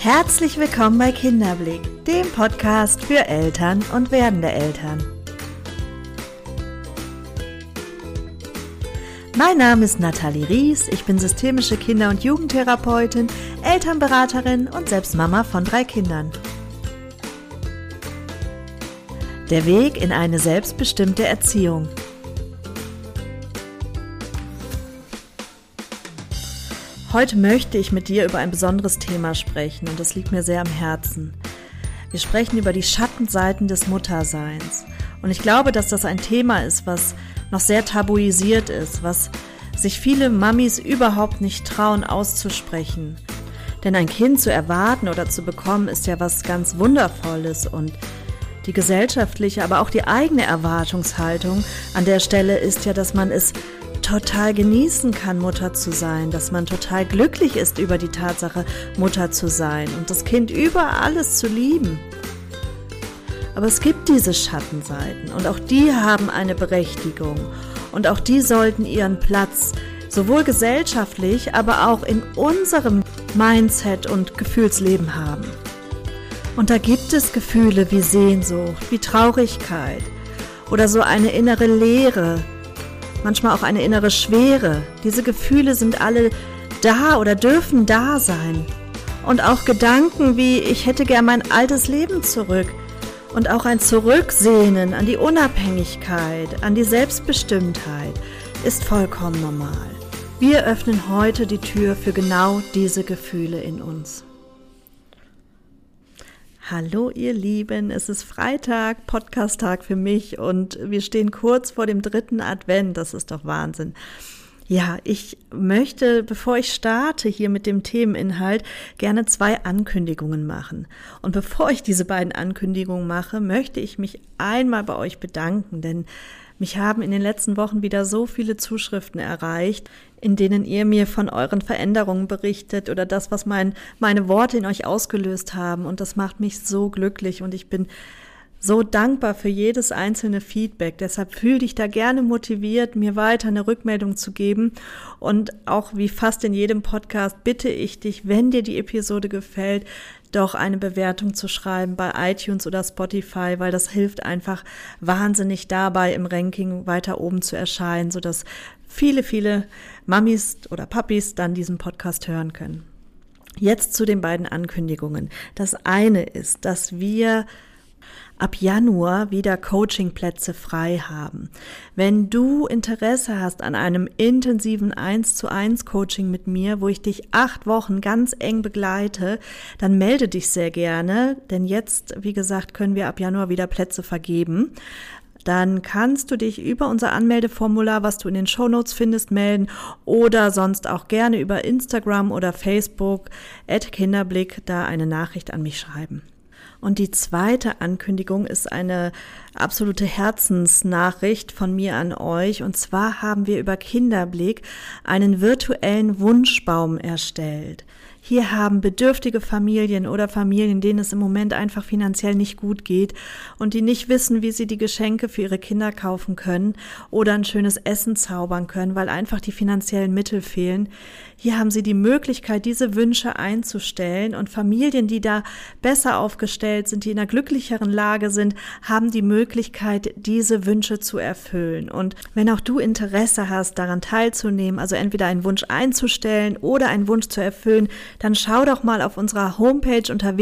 Herzlich willkommen bei Kinderblick, dem Podcast für Eltern und werdende Eltern. Mein Name ist Nathalie Ries, ich bin systemische Kinder- und Jugendtherapeutin, Elternberaterin und selbst Mama von 3 Kindern. Der Weg in eine selbstbestimmte Erziehung. Heute möchte ich mit dir über ein besonderes Thema sprechen und das liegt mir sehr am Herzen. Wir sprechen über die Schattenseiten des Mutterseins. Und ich glaube, dass das ein Thema ist, was noch sehr tabuisiert ist, was sich viele Mamis überhaupt nicht trauen auszusprechen. Denn ein Kind zu erwarten oder zu bekommen, ist ja was ganz Wundervolles und die gesellschaftliche, aber auch die eigene Erwartungshaltung an der Stelle ist ja, dass man es total genießen kann, Mutter zu sein, dass man total glücklich ist über die Tatsache, Mutter zu sein und das Kind über alles zu lieben. Aber es gibt diese Schattenseiten und auch die haben eine Berechtigung und auch die sollten ihren Platz sowohl gesellschaftlich, aber auch in unserem Mindset und Gefühlsleben haben. Und da gibt es Gefühle wie Sehnsucht, wie Traurigkeit oder so eine innere Leere, manchmal auch eine innere Schwere. Diese Gefühle sind alle da oder dürfen da sein. Und auch Gedanken wie, ich hätte gern mein altes Leben zurück. Und auch ein Zurücksehnen an die Unabhängigkeit, an die Selbstbestimmtheit ist vollkommen normal. Wir öffnen heute die Tür für genau diese Gefühle in uns. Hallo ihr Lieben, es ist Freitag, Podcast-Tag für mich und wir stehen kurz vor dem 3. Advent, das ist doch Wahnsinn. Ja, ich möchte, bevor ich starte hier mit dem Themeninhalt, gerne 2 Ankündigungen machen. Und bevor ich diese beiden Ankündigungen mache, möchte ich mich einmal bei euch bedanken, denn mich haben in den letzten Wochen wieder so viele Zuschriften erreicht, in denen ihr mir von euren Veränderungen berichtet oder das, was meine Worte in euch ausgelöst haben. Und das macht mich so glücklich und ich bin so dankbar für jedes einzelne Feedback. Deshalb fühl dich da gerne motiviert, mir weiter eine Rückmeldung zu geben. Und auch wie fast in jedem Podcast bitte ich dich, wenn dir die Episode gefällt, doch eine Bewertung zu schreiben bei iTunes oder Spotify, weil das hilft einfach wahnsinnig dabei, im Ranking weiter oben zu erscheinen, sodass viele Mamis oder Papis dann diesen Podcast hören können. Jetzt zu den beiden Ankündigungen. Das eine ist, dass wir ab Januar wieder Coachingplätze frei haben. Wenn du Interesse hast an einem intensiven 1:1 Coaching mit mir, wo ich dich 8 Wochen ganz eng begleite, dann melde dich sehr gerne, denn jetzt, wie gesagt, können wir ab Januar wieder Plätze vergeben. Dann kannst du dich über unser Anmeldeformular, was du in den Shownotes findest, melden oder sonst auch gerne über Instagram oder Facebook @Kinderblick da eine Nachricht an mich schreiben. Und die zweite Ankündigung ist eine absolute Herzensnachricht von mir an euch. Und zwar haben wir über Kinderblick einen virtuellen Wunschbaum erstellt. Hier haben bedürftige Familien oder Familien, denen es im Moment einfach finanziell nicht gut geht und die nicht wissen, wie sie die Geschenke für ihre Kinder kaufen können oder ein schönes Essen zaubern können, weil einfach die finanziellen Mittel fehlen. Hier haben sie die Möglichkeit, diese Wünsche einzustellen und Familien, die da besser aufgestellt sind, die in einer glücklicheren Lage sind, haben die Möglichkeit, diese Wünsche zu erfüllen. Und wenn auch du Interesse hast, daran teilzunehmen, also entweder einen Wunsch einzustellen oder einen Wunsch zu erfüllen, dann schau doch mal auf unserer Homepage unter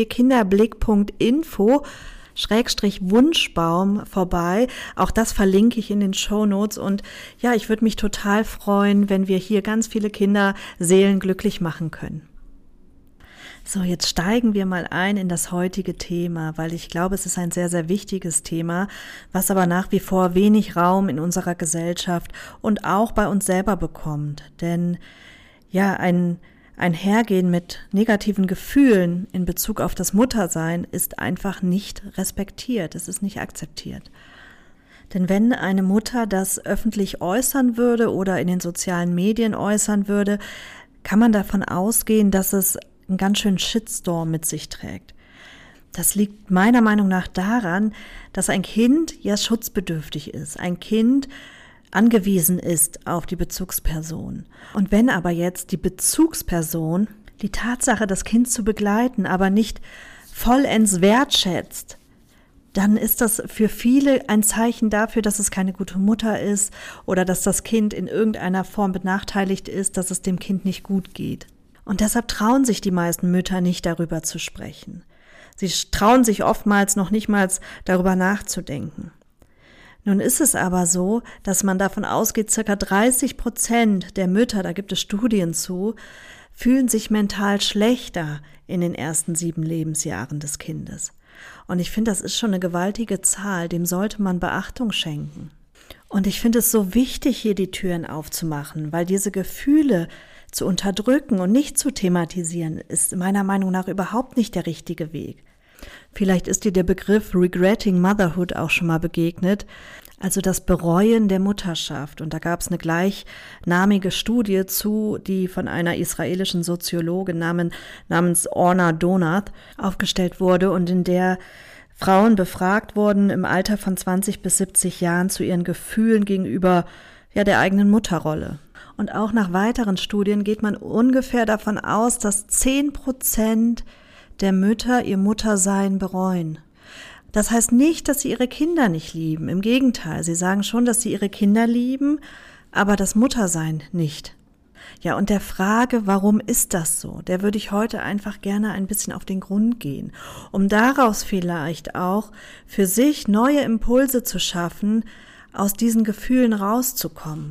www.kinderblick.info/Wunschbaum vorbei. Auch das verlinke ich in den Shownotes und ja, ich würde mich total freuen, wenn wir hier ganz viele Kinderseelen glücklich machen können. So, jetzt steigen wir mal ein in das heutige Thema, weil ich glaube, es ist ein sehr, sehr wichtiges Thema, was aber nach wie vor wenig Raum in unserer Gesellschaft und auch bei uns selber bekommt. Denn ja, ein Einhergehen mit negativen Gefühlen in Bezug auf das Muttersein ist einfach nicht respektiert, es ist nicht akzeptiert. Denn wenn eine Mutter das öffentlich äußern würde oder in den sozialen Medien äußern würde, kann man davon ausgehen, dass es einen ganz schönen Shitstorm mit sich trägt. Das liegt meiner Meinung nach daran, dass ein Kind ja schutzbedürftig ist, ein Kind angewiesen ist auf die Bezugsperson. Und wenn aber jetzt die Bezugsperson die Tatsache, das Kind zu begleiten, aber nicht vollends wertschätzt, dann ist das für viele ein Zeichen dafür, dass es keine gute Mutter ist oder dass das Kind in irgendeiner Form benachteiligt ist, dass es dem Kind nicht gut geht. Und deshalb trauen sich die meisten Mütter nicht, darüber zu sprechen. Sie trauen sich oftmals noch nicht mal darüber nachzudenken. Nun ist es aber so, dass man davon ausgeht, ca. 30% der Mütter, da gibt es Studien zu, fühlen sich mental schlechter in den ersten 7 Lebensjahren des Kindes. Und ich finde, das ist schon eine gewaltige Zahl, dem sollte man Beachtung schenken. Und ich finde es so wichtig, hier die Türen aufzumachen, weil diese Gefühle zu unterdrücken und nicht zu thematisieren, ist meiner Meinung nach überhaupt nicht der richtige Weg. Vielleicht ist dir der Begriff Regretting Motherhood auch schon mal begegnet, also das Bereuen der Mutterschaft. Und da gab es eine gleichnamige Studie zu, die von einer israelischen Soziologin namens Orna Donath aufgestellt wurde und in der Frauen befragt wurden im Alter von 20 bis 70 Jahren zu ihren Gefühlen gegenüber der eigenen Mutterrolle. Und auch nach weiteren Studien geht man ungefähr davon aus, dass 10% der Mütter ihr Muttersein bereuen. Das heißt nicht, dass sie ihre Kinder nicht lieben. Im Gegenteil, sie sagen schon, dass sie ihre Kinder lieben, aber das Muttersein nicht. Ja, und der Frage, warum ist das so, der würde ich heute einfach gerne ein bisschen auf den Grund gehen, um daraus vielleicht auch für sich neue Impulse zu schaffen, aus diesen Gefühlen rauszukommen.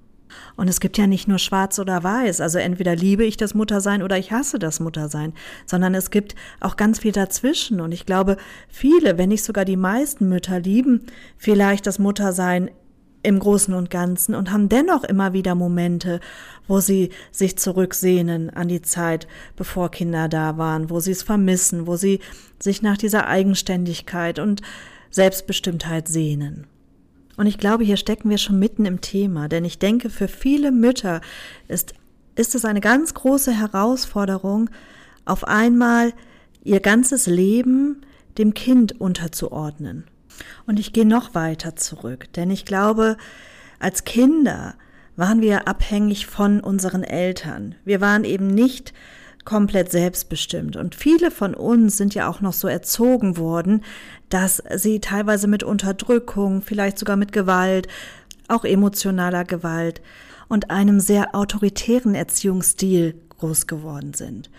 Und es gibt ja nicht nur schwarz oder weiß, also entweder liebe ich das Muttersein oder ich hasse das Muttersein, sondern es gibt auch ganz viel dazwischen. Und ich glaube, viele, wenn nicht sogar die meisten Mütter lieben vielleicht das Muttersein im Großen und Ganzen und haben dennoch immer wieder Momente, wo sie sich zurücksehnen an die Zeit, bevor Kinder da waren, wo sie es vermissen, wo sie sich nach dieser Eigenständigkeit und Selbstbestimmtheit sehnen. Und ich glaube, hier stecken wir schon mitten im Thema, denn ich denke, für viele Mütter ist es eine ganz große Herausforderung, auf einmal ihr ganzes Leben dem Kind unterzuordnen. Und ich gehe noch weiter zurück, denn ich glaube, als Kinder waren wir abhängig von unseren Eltern. Wir waren eben nicht komplett selbstbestimmt. Und viele von uns sind ja auch noch so erzogen worden, dass sie teilweise mit Unterdrückung, vielleicht sogar mit Gewalt, auch emotionaler Gewalt und einem sehr autoritären Erziehungsstil groß geworden sind.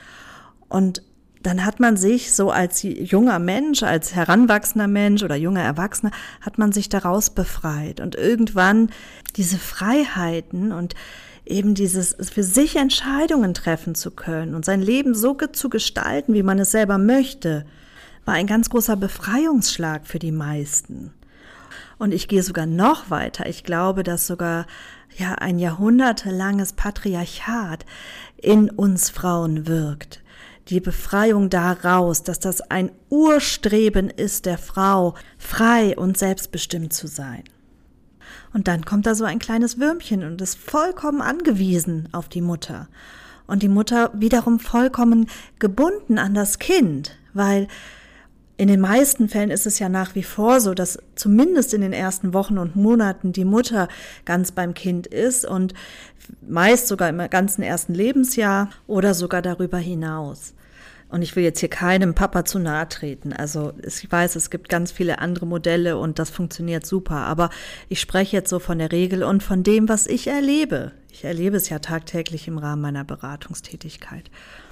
Und dann hat man sich so als junger Mensch, als heranwachsender Mensch oder junger Erwachsener, hat man sich daraus befreit. Und irgendwann diese Freiheiten und eben dieses für sich Entscheidungen treffen zu können und sein Leben so zu gestalten, wie man es selber möchte, war ein ganz großer Befreiungsschlag für die meisten. Und ich gehe sogar noch weiter. Ich glaube, dass sogar ein jahrhundertelanges Patriarchat in uns Frauen wirkt. Die Befreiung daraus, dass das ein Urstreben ist der Frau, frei und selbstbestimmt zu sein. Und dann kommt da so ein kleines Würmchen und ist vollkommen angewiesen auf die Mutter. Und die Mutter wiederum vollkommen gebunden an das Kind, weil in den meisten Fällen ist es ja nach wie vor so, dass zumindest in den ersten Wochen und Monaten die Mutter ganz beim Kind ist und meist sogar im ganzen ersten Lebensjahr oder sogar darüber hinaus. Und ich will jetzt hier keinem Papa zu nahe treten. Also ich weiß, es gibt ganz viele andere Modelle und das funktioniert super. Aber ich spreche jetzt so von der Regel und von dem, was ich erlebe. Ich erlebe es ja tagtäglich im Rahmen meiner Beratungstätigkeit.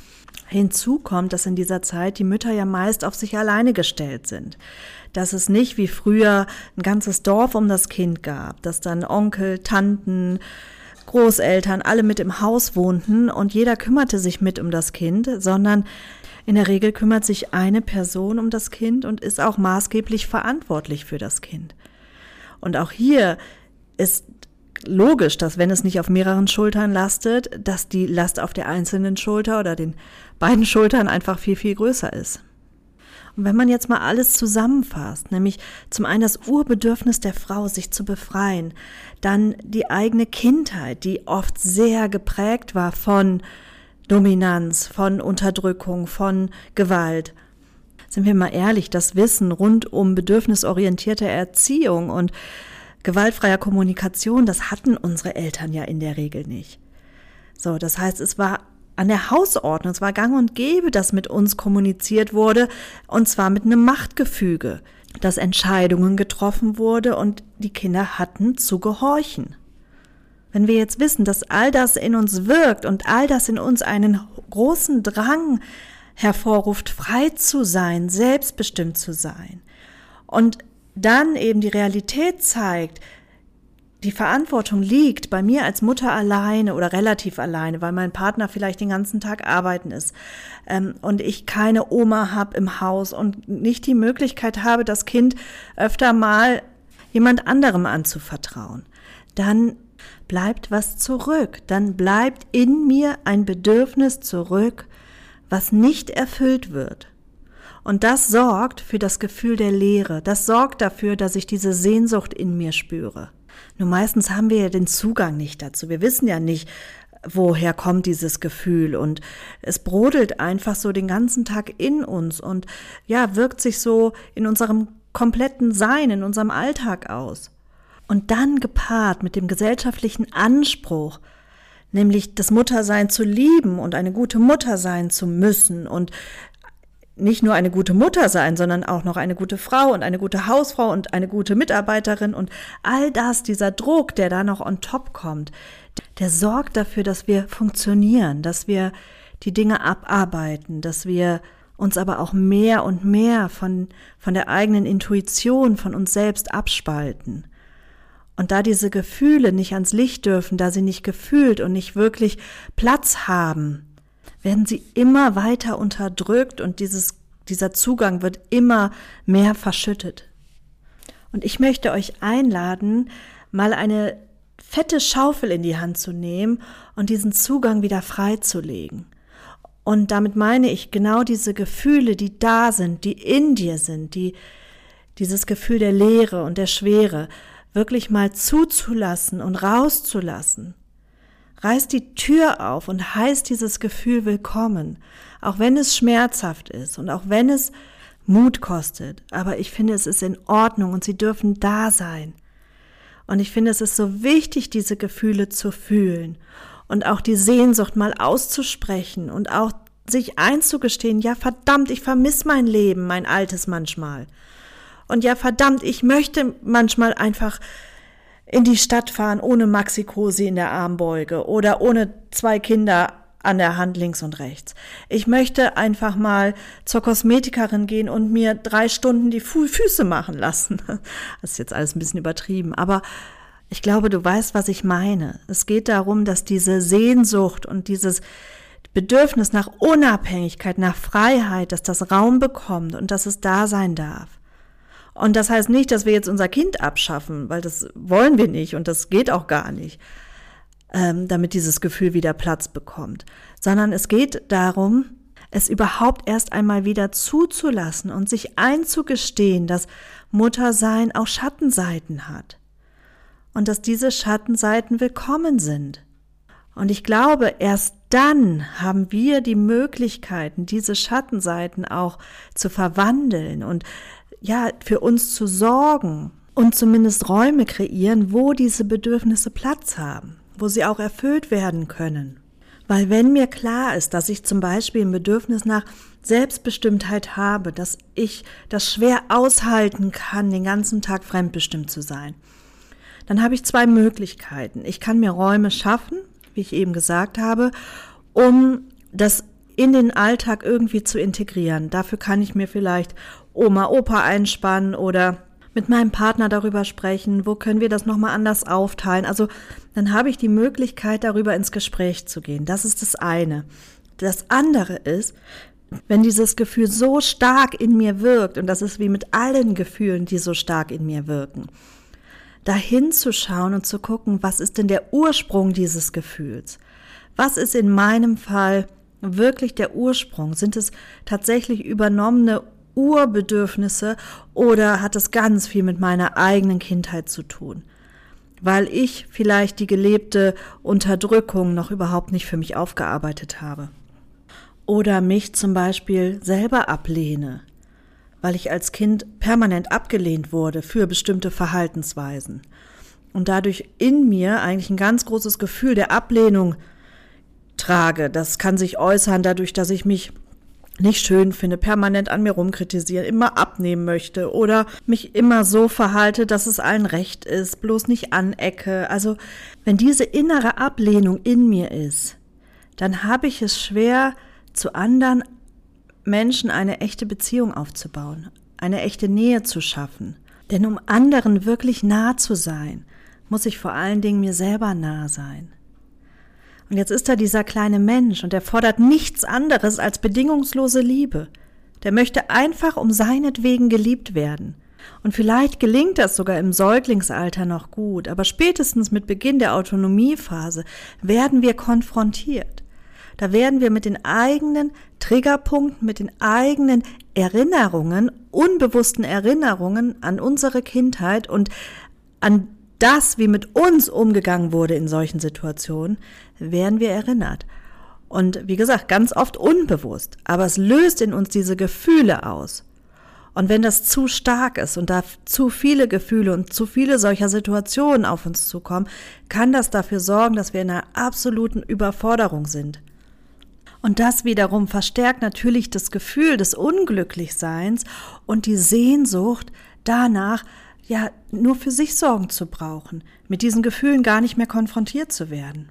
Hinzu kommt, dass in dieser Zeit die Mütter ja meist auf sich alleine gestellt sind. Dass es nicht wie früher ein ganzes Dorf um das Kind gab, dass dann Onkel, Tanten, Großeltern alle mit im Haus wohnten und jeder kümmerte sich mit um das Kind, sondern in der Regel kümmert sich eine Person um das Kind und ist auch maßgeblich verantwortlich für das Kind. Und auch hier ist logisch, dass wenn es nicht auf mehreren Schultern lastet, dass die Last auf der einzelnen Schulter oder den beiden Schultern einfach viel, viel größer ist. Und wenn man jetzt mal alles zusammenfasst, nämlich zum einen das Urbedürfnis der Frau, sich zu befreien, dann die eigene Kindheit, die oft sehr geprägt war von Dominanz, von Unterdrückung, von Gewalt. Sind wir mal ehrlich, das Wissen rund um bedürfnisorientierte Erziehung und gewaltfreier Kommunikation, das hatten unsere Eltern ja in der Regel nicht. So, das heißt, es war an der Hausordnung. Es war gang und gäbe, dass mit uns kommuniziert wurde, und zwar mit einem Machtgefüge, dass Entscheidungen getroffen wurde und die Kinder hatten zu gehorchen. Wenn wir jetzt wissen, dass all das in uns wirkt und all das in uns einen großen Drang hervorruft, frei zu sein, selbstbestimmt zu sein, und dann eben die Realität zeigt, die Verantwortung liegt bei mir als Mutter alleine oder relativ alleine, weil mein Partner vielleicht den ganzen Tag arbeiten ist und ich keine Oma habe im Haus und nicht die Möglichkeit habe, das Kind öfter mal jemand anderem anzuvertrauen, dann bleibt was zurück, dann bleibt in mir ein Bedürfnis zurück, was nicht erfüllt wird. Und das sorgt für das Gefühl der Leere, das sorgt dafür, dass ich diese Sehnsucht in mir spüre. Nur meistens haben wir ja den Zugang nicht dazu, wir wissen ja nicht, woher kommt dieses Gefühl, und es brodelt einfach so den ganzen Tag in uns und ja, wirkt sich so in unserem kompletten Sein, in unserem Alltag aus. Und dann gepaart mit dem gesellschaftlichen Anspruch, nämlich das Muttersein zu lieben und eine gute Mutter sein zu müssen und nicht nur eine gute Mutter sein, sondern auch noch eine gute Frau und eine gute Hausfrau und eine gute Mitarbeiterin und all das, dieser Druck, der da noch on top kommt, der sorgt dafür, dass wir funktionieren, dass wir die Dinge abarbeiten, dass wir uns aber auch mehr und mehr von der eigenen Intuition, von uns selbst abspalten. Und da diese Gefühle nicht ans Licht dürfen, da sie nicht gefühlt und nicht wirklich Platz haben, werden sie immer weiter unterdrückt und dieser Zugang wird immer mehr verschüttet. Und ich möchte euch einladen, mal eine fette Schaufel in die Hand zu nehmen und diesen Zugang wieder freizulegen. Und damit meine ich genau diese Gefühle, die da sind, die in dir sind, dieses Gefühl der Leere und der Schwere, wirklich mal zuzulassen und rauszulassen. Reiß die Tür auf und heiß dieses Gefühl willkommen, auch wenn es schmerzhaft ist und auch wenn es Mut kostet. Aber ich finde, es ist in Ordnung und sie dürfen da sein. Und ich finde, es ist so wichtig, diese Gefühle zu fühlen und auch die Sehnsucht mal auszusprechen und auch sich einzugestehen, ja verdammt, ich vermisse mein Leben, mein altes manchmal. Und ja verdammt, ich möchte manchmal einfach in die Stadt fahren ohne Maxi-Cosi in der Armbeuge oder ohne 2 Kinder an der Hand links und rechts. Ich möchte einfach mal zur Kosmetikerin gehen und mir 3 Stunden die Füße machen lassen. Das ist jetzt alles ein bisschen übertrieben, aber ich glaube, du weißt, was ich meine. Es geht darum, dass diese Sehnsucht und dieses Bedürfnis nach Unabhängigkeit, nach Freiheit, dass das Raum bekommt und dass es da sein darf. Und das heißt nicht, dass wir jetzt unser Kind abschaffen, weil das wollen wir nicht und das geht auch gar nicht, damit dieses Gefühl wieder Platz bekommt, sondern es geht darum, es überhaupt erst einmal wieder zuzulassen und sich einzugestehen, dass Muttersein auch Schattenseiten hat und dass diese Schattenseiten willkommen sind. Und ich glaube, erst dann haben wir die Möglichkeiten, diese Schattenseiten auch zu verwandeln und ja, für uns zu sorgen und zumindest Räume kreieren, wo diese Bedürfnisse Platz haben, wo sie auch erfüllt werden können. Weil wenn mir klar ist, dass ich zum Beispiel ein Bedürfnis nach Selbstbestimmtheit habe, dass ich das schwer aushalten kann, den ganzen Tag fremdbestimmt zu sein, dann habe ich 2 Möglichkeiten. Ich kann mir Räume schaffen, wie ich eben gesagt habe, um das in den Alltag irgendwie zu integrieren. Dafür kann ich mir vielleicht Oma, Opa einspannen oder mit meinem Partner darüber sprechen, wo können wir das nochmal anders aufteilen. Also dann habe ich die Möglichkeit, darüber ins Gespräch zu gehen. Das ist das eine. Das andere ist, wenn dieses Gefühl so stark in mir wirkt, und das ist wie mit allen Gefühlen, die so stark in mir wirken, dahin zu schauen und zu gucken, was ist denn der Ursprung dieses Gefühls? Was ist in meinem Fall wirklich der Ursprung? Sind es tatsächlich übernommene Urbedürfnisse oder hat es ganz viel mit meiner eigenen Kindheit zu tun? Weil ich vielleicht die gelebte Unterdrückung noch überhaupt nicht für mich aufgearbeitet habe. Oder mich zum Beispiel selber ablehne, weil ich als Kind permanent abgelehnt wurde für bestimmte Verhaltensweisen. Und dadurch in mir eigentlich ein ganz großes Gefühl der Ablehnung trage. Das kann sich äußern dadurch, dass ich mich nicht schön finde, permanent an mir rumkritisieren, immer abnehmen möchte oder mich immer so verhalte, dass es allen recht ist, bloß nicht anecke. Also wenn diese innere Ablehnung in mir ist, dann habe ich es schwer, zu anderen Menschen eine echte Beziehung aufzubauen, eine echte Nähe zu schaffen. Denn um anderen wirklich nah zu sein, muss ich vor allen Dingen mir selber nah sein. Und jetzt ist da dieser kleine Mensch und der fordert nichts anderes als bedingungslose Liebe. Der möchte einfach um seinetwegen geliebt werden. Und vielleicht gelingt das sogar im Säuglingsalter noch gut, aber spätestens mit Beginn der Autonomiephase werden wir konfrontiert. Da werden wir mit den eigenen Triggerpunkten, mit den eigenen Erinnerungen, unbewussten Erinnerungen an unsere Kindheit und an das, wie mit uns umgegangen wurde in solchen Situationen, werden wir erinnert. Und wie gesagt, ganz oft unbewusst, aber es löst in uns diese Gefühle aus. Und wenn das zu stark ist und da zu viele Gefühle und zu viele solcher Situationen auf uns zukommen, kann das dafür sorgen, dass wir in einer absoluten Überforderung sind. Und das wiederum verstärkt natürlich das Gefühl des Unglücklichseins und die Sehnsucht danach, ja, nur für sich sorgen zu brauchen, mit diesen Gefühlen gar nicht mehr konfrontiert zu werden.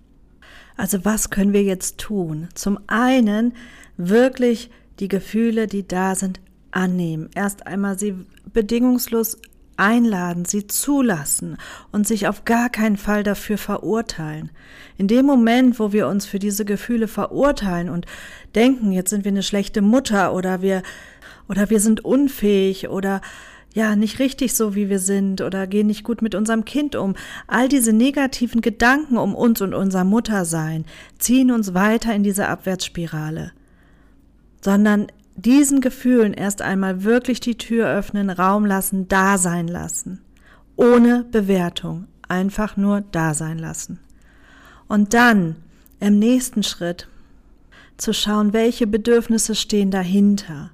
Also was können wir jetzt tun? Zum einen wirklich die Gefühle, die da sind, annehmen. Erst einmal sie bedingungslos einladen, sie zulassen und sich auf gar keinen Fall dafür verurteilen. In dem Moment, wo wir uns für diese Gefühle verurteilen und denken, jetzt sind wir eine schlechte Mutter oder wir sind unfähig oder ja, nicht richtig so, wie wir sind oder gehen nicht gut mit unserem Kind um. All diese negativen Gedanken um uns und unser Muttersein ziehen uns weiter in diese Abwärtsspirale. Sondern diesen Gefühlen erst einmal wirklich die Tür öffnen, Raum lassen, da sein lassen. Ohne Bewertung, einfach nur da sein lassen. Und dann im nächsten Schritt zu schauen, welche Bedürfnisse stehen dahinter.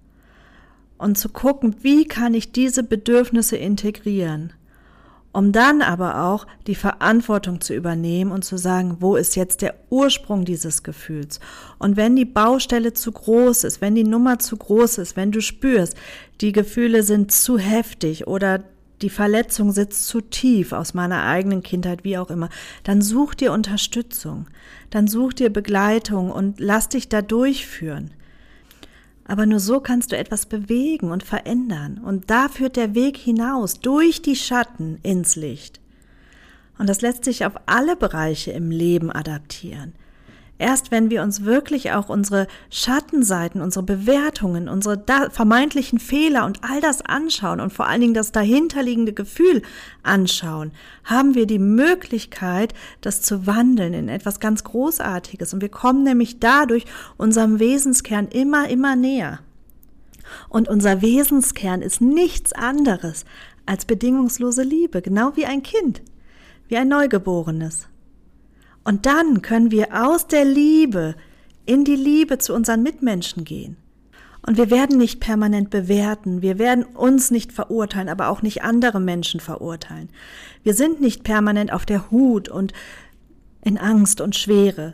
Und zu gucken, wie kann ich diese Bedürfnisse integrieren, um dann aber auch die Verantwortung zu übernehmen und zu sagen, wo ist jetzt der Ursprung dieses Gefühls? Und wenn die Baustelle zu groß ist, wenn die Nummer zu groß ist, wenn du spürst, die Gefühle sind zu heftig oder die Verletzung sitzt zu tief aus meiner eigenen Kindheit, wie auch immer, dann such dir Unterstützung, dann such dir Begleitung und lass dich da durchführen. Aber nur so kannst du etwas bewegen und verändern. Und da führt der Weg hinaus, durch die Schatten ins Licht. Und das lässt sich auf alle Bereiche im Leben adaptieren. Erst wenn wir uns wirklich auch unsere Schattenseiten, unsere Bewertungen, unsere vermeintlichen Fehler und all das anschauen und vor allen Dingen das dahinterliegende Gefühl anschauen, haben wir die Möglichkeit, das zu wandeln in etwas ganz Großartiges. Und wir kommen nämlich dadurch unserem Wesenskern immer näher. Und unser Wesenskern ist nichts anderes als bedingungslose Liebe, genau wie ein Kind, wie ein Neugeborenes. Und dann können wir aus der Liebe in die Liebe zu unseren Mitmenschen gehen. Und wir werden nicht permanent bewerten, wir werden uns nicht verurteilen, aber auch nicht andere Menschen verurteilen. Wir sind nicht permanent auf der Hut und in Angst und Schwere,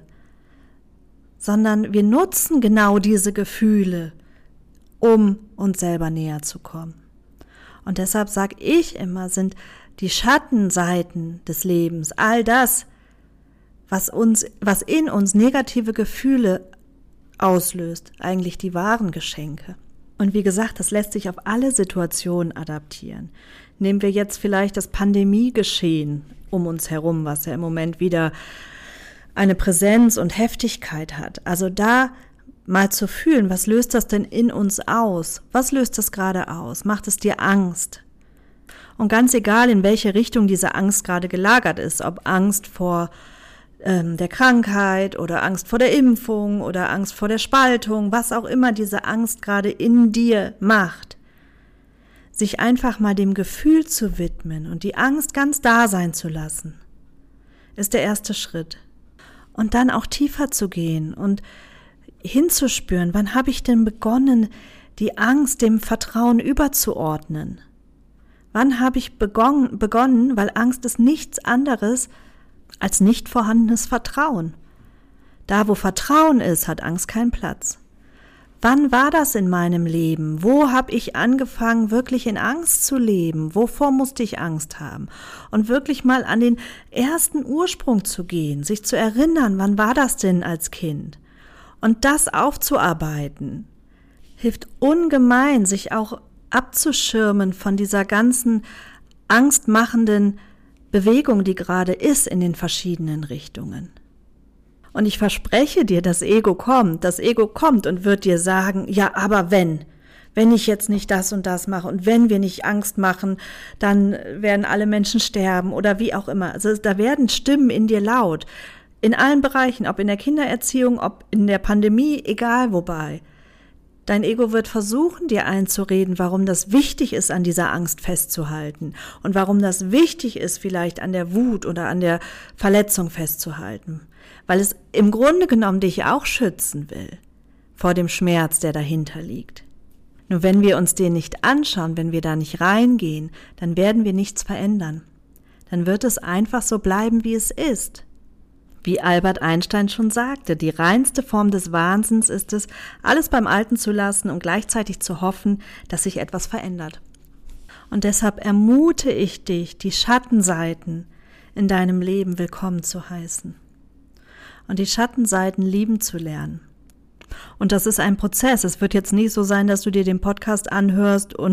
sondern wir nutzen genau diese Gefühle, um uns selber näher zu kommen. Und deshalb sage ich immer, sind die Schattenseiten des Lebens, all das, was in uns negative Gefühle auslöst, eigentlich die wahren Geschenke. Und wie gesagt, das lässt sich auf alle Situationen adaptieren. Nehmen wir jetzt vielleicht das Pandemiegeschehen um uns herum, was ja im Moment wieder eine Präsenz und Heftigkeit hat. Also da mal zu fühlen, was löst das denn in uns aus? Was löst das gerade aus? Macht es dir Angst? Und ganz egal, in welche Richtung diese Angst gerade gelagert ist, ob Angst vor der Krankheit oder Angst vor der Impfung oder Angst vor der Spaltung, was auch immer diese Angst gerade in dir macht, sich einfach mal dem Gefühl zu widmen und die Angst ganz da sein zu lassen, ist der erste Schritt. Und dann auch tiefer zu gehen und hinzuspüren, wann habe ich denn begonnen, die Angst dem Vertrauen überzuordnen? Wann habe ich begonnen, weil Angst ist nichts anderes als nicht vorhandenes Vertrauen. Da, wo Vertrauen ist, hat Angst keinen Platz. Wann war das in meinem Leben? Wo habe ich angefangen, wirklich in Angst zu leben? Wovor musste ich Angst haben? Und wirklich mal an den ersten Ursprung zu gehen, sich zu erinnern, wann war das denn als Kind? Und das aufzuarbeiten, hilft ungemein, sich auch abzuschirmen von dieser ganzen angstmachenden Bewegung, die gerade ist in den verschiedenen Richtungen. Und ich verspreche dir, das Ego kommt und wird dir sagen, ja, aber wenn ich jetzt nicht das und das mache und wenn wir nicht Angst machen, dann werden alle Menschen sterben oder wie auch immer. Also da werden Stimmen in dir laut, in allen Bereichen, ob in der Kindererziehung, ob in der Pandemie, egal wobei. Dein Ego wird versuchen, dir einzureden, warum das wichtig ist, an dieser Angst festzuhalten und warum das wichtig ist, vielleicht an der Wut oder an der Verletzung festzuhalten. Weil es im Grunde genommen dich auch schützen will vor dem Schmerz, der dahinter liegt. Nur wenn wir uns den nicht anschauen, wenn wir da nicht reingehen, dann werden wir nichts verändern. Dann wird es einfach so bleiben, wie es ist. Wie Albert Einstein schon sagte, die reinste Form des Wahnsinns ist es, alles beim Alten zu lassen und gleichzeitig zu hoffen, dass sich etwas verändert. Und deshalb ermute ich dich, die Schattenseiten in deinem Leben willkommen zu heißen und die Schattenseiten lieben zu lernen. Und das ist ein Prozess. Es wird jetzt nicht so sein, dass du dir den Podcast anhörst und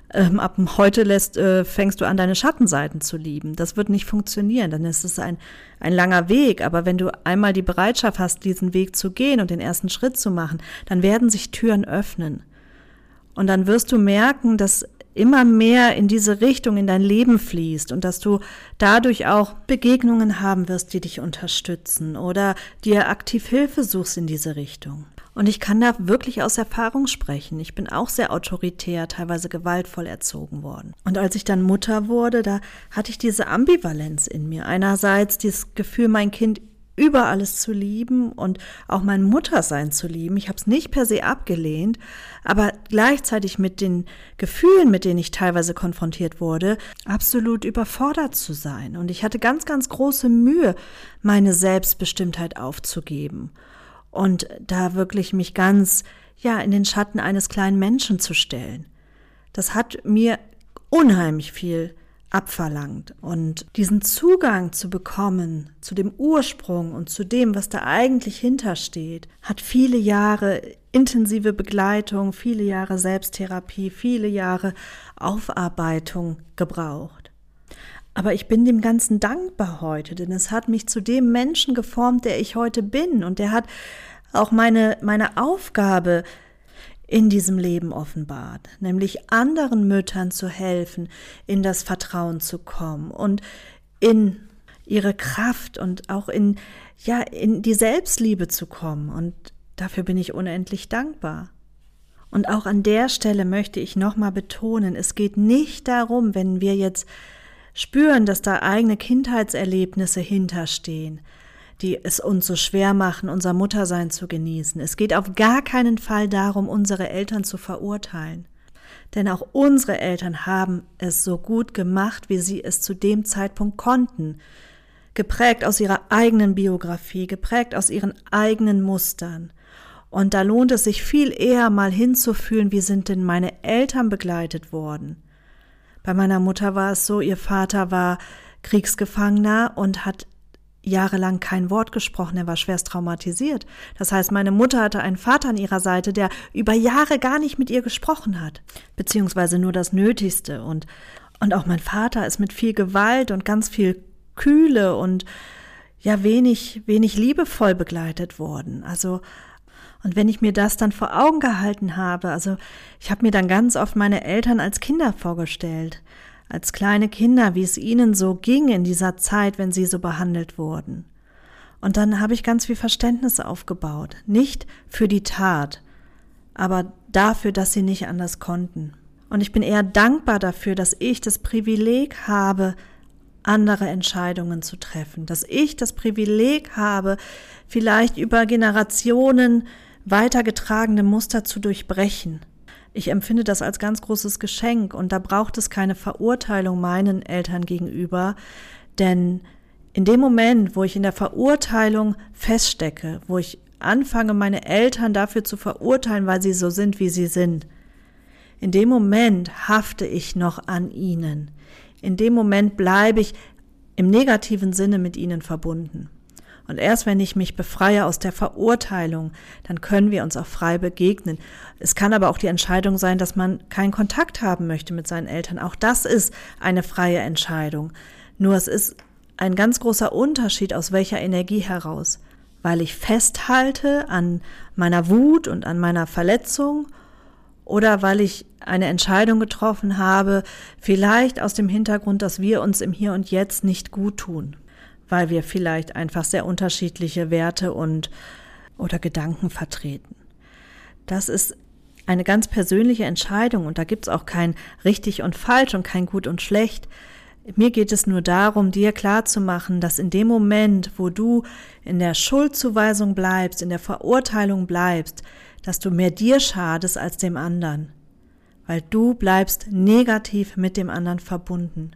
ab heute fängst du an, deine Schattenseiten zu lieben. Das wird nicht funktionieren, dann ist es ein langer Weg. Aber wenn du einmal die Bereitschaft hast, diesen Weg zu gehen und den ersten Schritt zu machen, dann werden sich Türen öffnen. Und dann wirst du merken, dass immer mehr in diese Richtung in dein Leben fließt und dass du dadurch auch Begegnungen haben wirst, die dich unterstützen oder dir aktiv Hilfe suchst in diese Richtung. Und ich kann da wirklich aus Erfahrung sprechen. Ich bin auch sehr autoritär, teilweise gewaltvoll erzogen worden. Und als ich dann Mutter wurde, da hatte ich diese Ambivalenz in mir. Einerseits dieses Gefühl, mein Kind über alles zu lieben und auch mein Muttersein zu lieben. Ich habe es nicht per se abgelehnt, aber gleichzeitig mit den Gefühlen, mit denen ich teilweise konfrontiert wurde, absolut überfordert zu sein. Und ich hatte ganz, ganz große Mühe, meine Selbstbestimmtheit aufzugeben und da wirklich mich ganz, in den Schatten eines kleinen Menschen zu stellen. Das hat mir unheimlich viel abverlangt. Und diesen Zugang zu bekommen, zu dem Ursprung und zu dem, was da eigentlich hintersteht, hat viele Jahre intensive Begleitung, viele Jahre Selbsttherapie, viele Jahre Aufarbeitung gebraucht. Aber ich bin dem Ganzen dankbar heute, denn es hat mich zu dem Menschen geformt, der ich heute bin. Und der hat auch meine Aufgabe in diesem Leben offenbart, nämlich anderen Müttern zu helfen, in das Vertrauen zu kommen und in ihre Kraft und auch in die Selbstliebe zu kommen. Und dafür bin ich unendlich dankbar. Und auch an der Stelle möchte ich nochmal betonen, es geht nicht darum, wenn wir jetzt spüren, dass da eigene Kindheitserlebnisse hinterstehen, die es uns so schwer machen, unser Muttersein zu genießen. Es geht auf gar keinen Fall darum, unsere Eltern zu verurteilen. Denn auch unsere Eltern haben es so gut gemacht, wie sie es zu dem Zeitpunkt konnten. Geprägt aus ihrer eigenen Biografie, geprägt aus ihren eigenen Mustern. Und da lohnt es sich viel eher mal hinzufühlen, wie sind denn meine Eltern begleitet worden. Bei meiner Mutter war es so, ihr Vater war Kriegsgefangener und hat jahrelang kein Wort gesprochen, er war schwerst traumatisiert. Das heißt, meine Mutter hatte einen Vater an ihrer Seite, der über Jahre gar nicht mit ihr gesprochen hat, beziehungsweise nur das Nötigste. Und auch mein Vater ist mit viel Gewalt und ganz viel Kühle und wenig liebevoll begleitet worden. Und wenn ich mir das dann vor Augen gehalten habe, ich habe mir dann ganz oft meine Eltern als Kinder vorgestellt, als kleine Kinder, wie es ihnen so ging in dieser Zeit, wenn sie so behandelt wurden. Und dann habe ich ganz viel Verständnis aufgebaut. Nicht für die Tat, aber dafür, dass sie nicht anders konnten. Und ich bin eher dankbar dafür, dass ich das Privileg habe, andere Entscheidungen zu treffen. Dass ich das Privileg habe, vielleicht über Generationen weitergetragene Muster zu durchbrechen. Ich empfinde das als ganz großes Geschenk und da braucht es keine Verurteilung meinen Eltern gegenüber, denn In dem Moment, wo ich in der Verurteilung feststecke, wo ich anfange, meine Eltern dafür zu verurteilen, weil sie so sind, wie sie sind, in dem Moment hafte ich noch an ihnen. In dem Moment bleibe ich im negativen Sinne mit ihnen verbunden. Und erst wenn ich mich befreie aus der Verurteilung, dann können wir uns auch frei begegnen. Es kann aber auch die Entscheidung sein, dass man keinen Kontakt haben möchte mit seinen Eltern. Auch das ist eine freie Entscheidung. Nur es ist ein ganz großer Unterschied, aus welcher Energie heraus. Weil ich festhalte an meiner Wut und an meiner Verletzung oder weil ich eine Entscheidung getroffen habe, vielleicht aus dem Hintergrund, dass wir uns im Hier und Jetzt nicht gut tun, weil wir vielleicht einfach sehr unterschiedliche Werte oder Gedanken vertreten. Das ist eine ganz persönliche Entscheidung und da gibt es auch kein richtig und falsch und kein gut und schlecht. Mir geht es nur darum, dir klarzumachen, dass in dem Moment, wo du in der Schuldzuweisung bleibst, in der Verurteilung bleibst, dass du mehr dir schadest als dem anderen, weil du bleibst negativ mit dem anderen verbunden.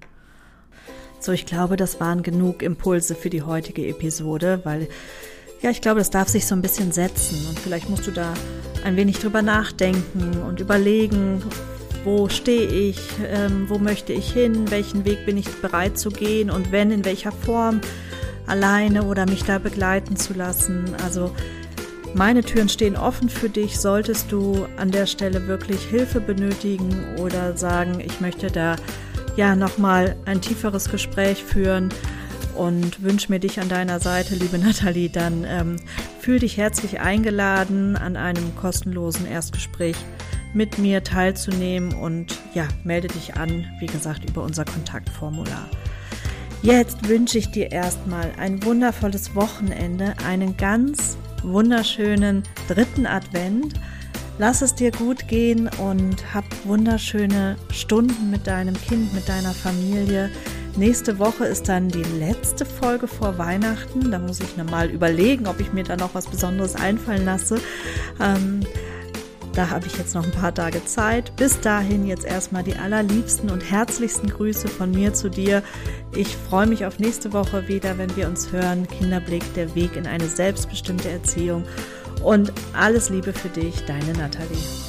So, ich glaube, das waren genug Impulse für die heutige Episode, weil ich glaube, das darf sich so ein bisschen setzen und vielleicht musst du da ein wenig drüber nachdenken und überlegen, wo stehe ich, wo möchte ich hin, welchen Weg bin ich bereit zu gehen und wenn, in welcher Form, alleine oder mich da begleiten zu lassen. Also meine Türen stehen offen für dich, solltest du an der Stelle wirklich Hilfe benötigen oder sagen, ich möchte da nochmal ein tieferes Gespräch führen und wünsche mir dich an deiner Seite, liebe Nathalie, dann fühl dich herzlich eingeladen, an einem kostenlosen Erstgespräch mit mir teilzunehmen und melde dich an, wie gesagt, über unser Kontaktformular. Jetzt wünsche ich dir erstmal ein wundervolles Wochenende, einen ganz wunderschönen 3. Advent. Lass es dir gut gehen und hab wunderschöne Stunden mit deinem Kind, mit deiner Familie. Nächste Woche ist dann die letzte Folge vor Weihnachten. Da muss ich nochmal überlegen, ob ich mir da noch was Besonderes einfallen lasse. Da habe ich jetzt noch ein paar Tage Zeit. Bis dahin jetzt erstmal die allerliebsten und herzlichsten Grüße von mir zu dir. Ich freue mich auf nächste Woche wieder, wenn wir uns hören. Kinderblick, der Weg in eine selbstbestimmte Erziehung. Und alles Liebe für dich, deine Nathalie.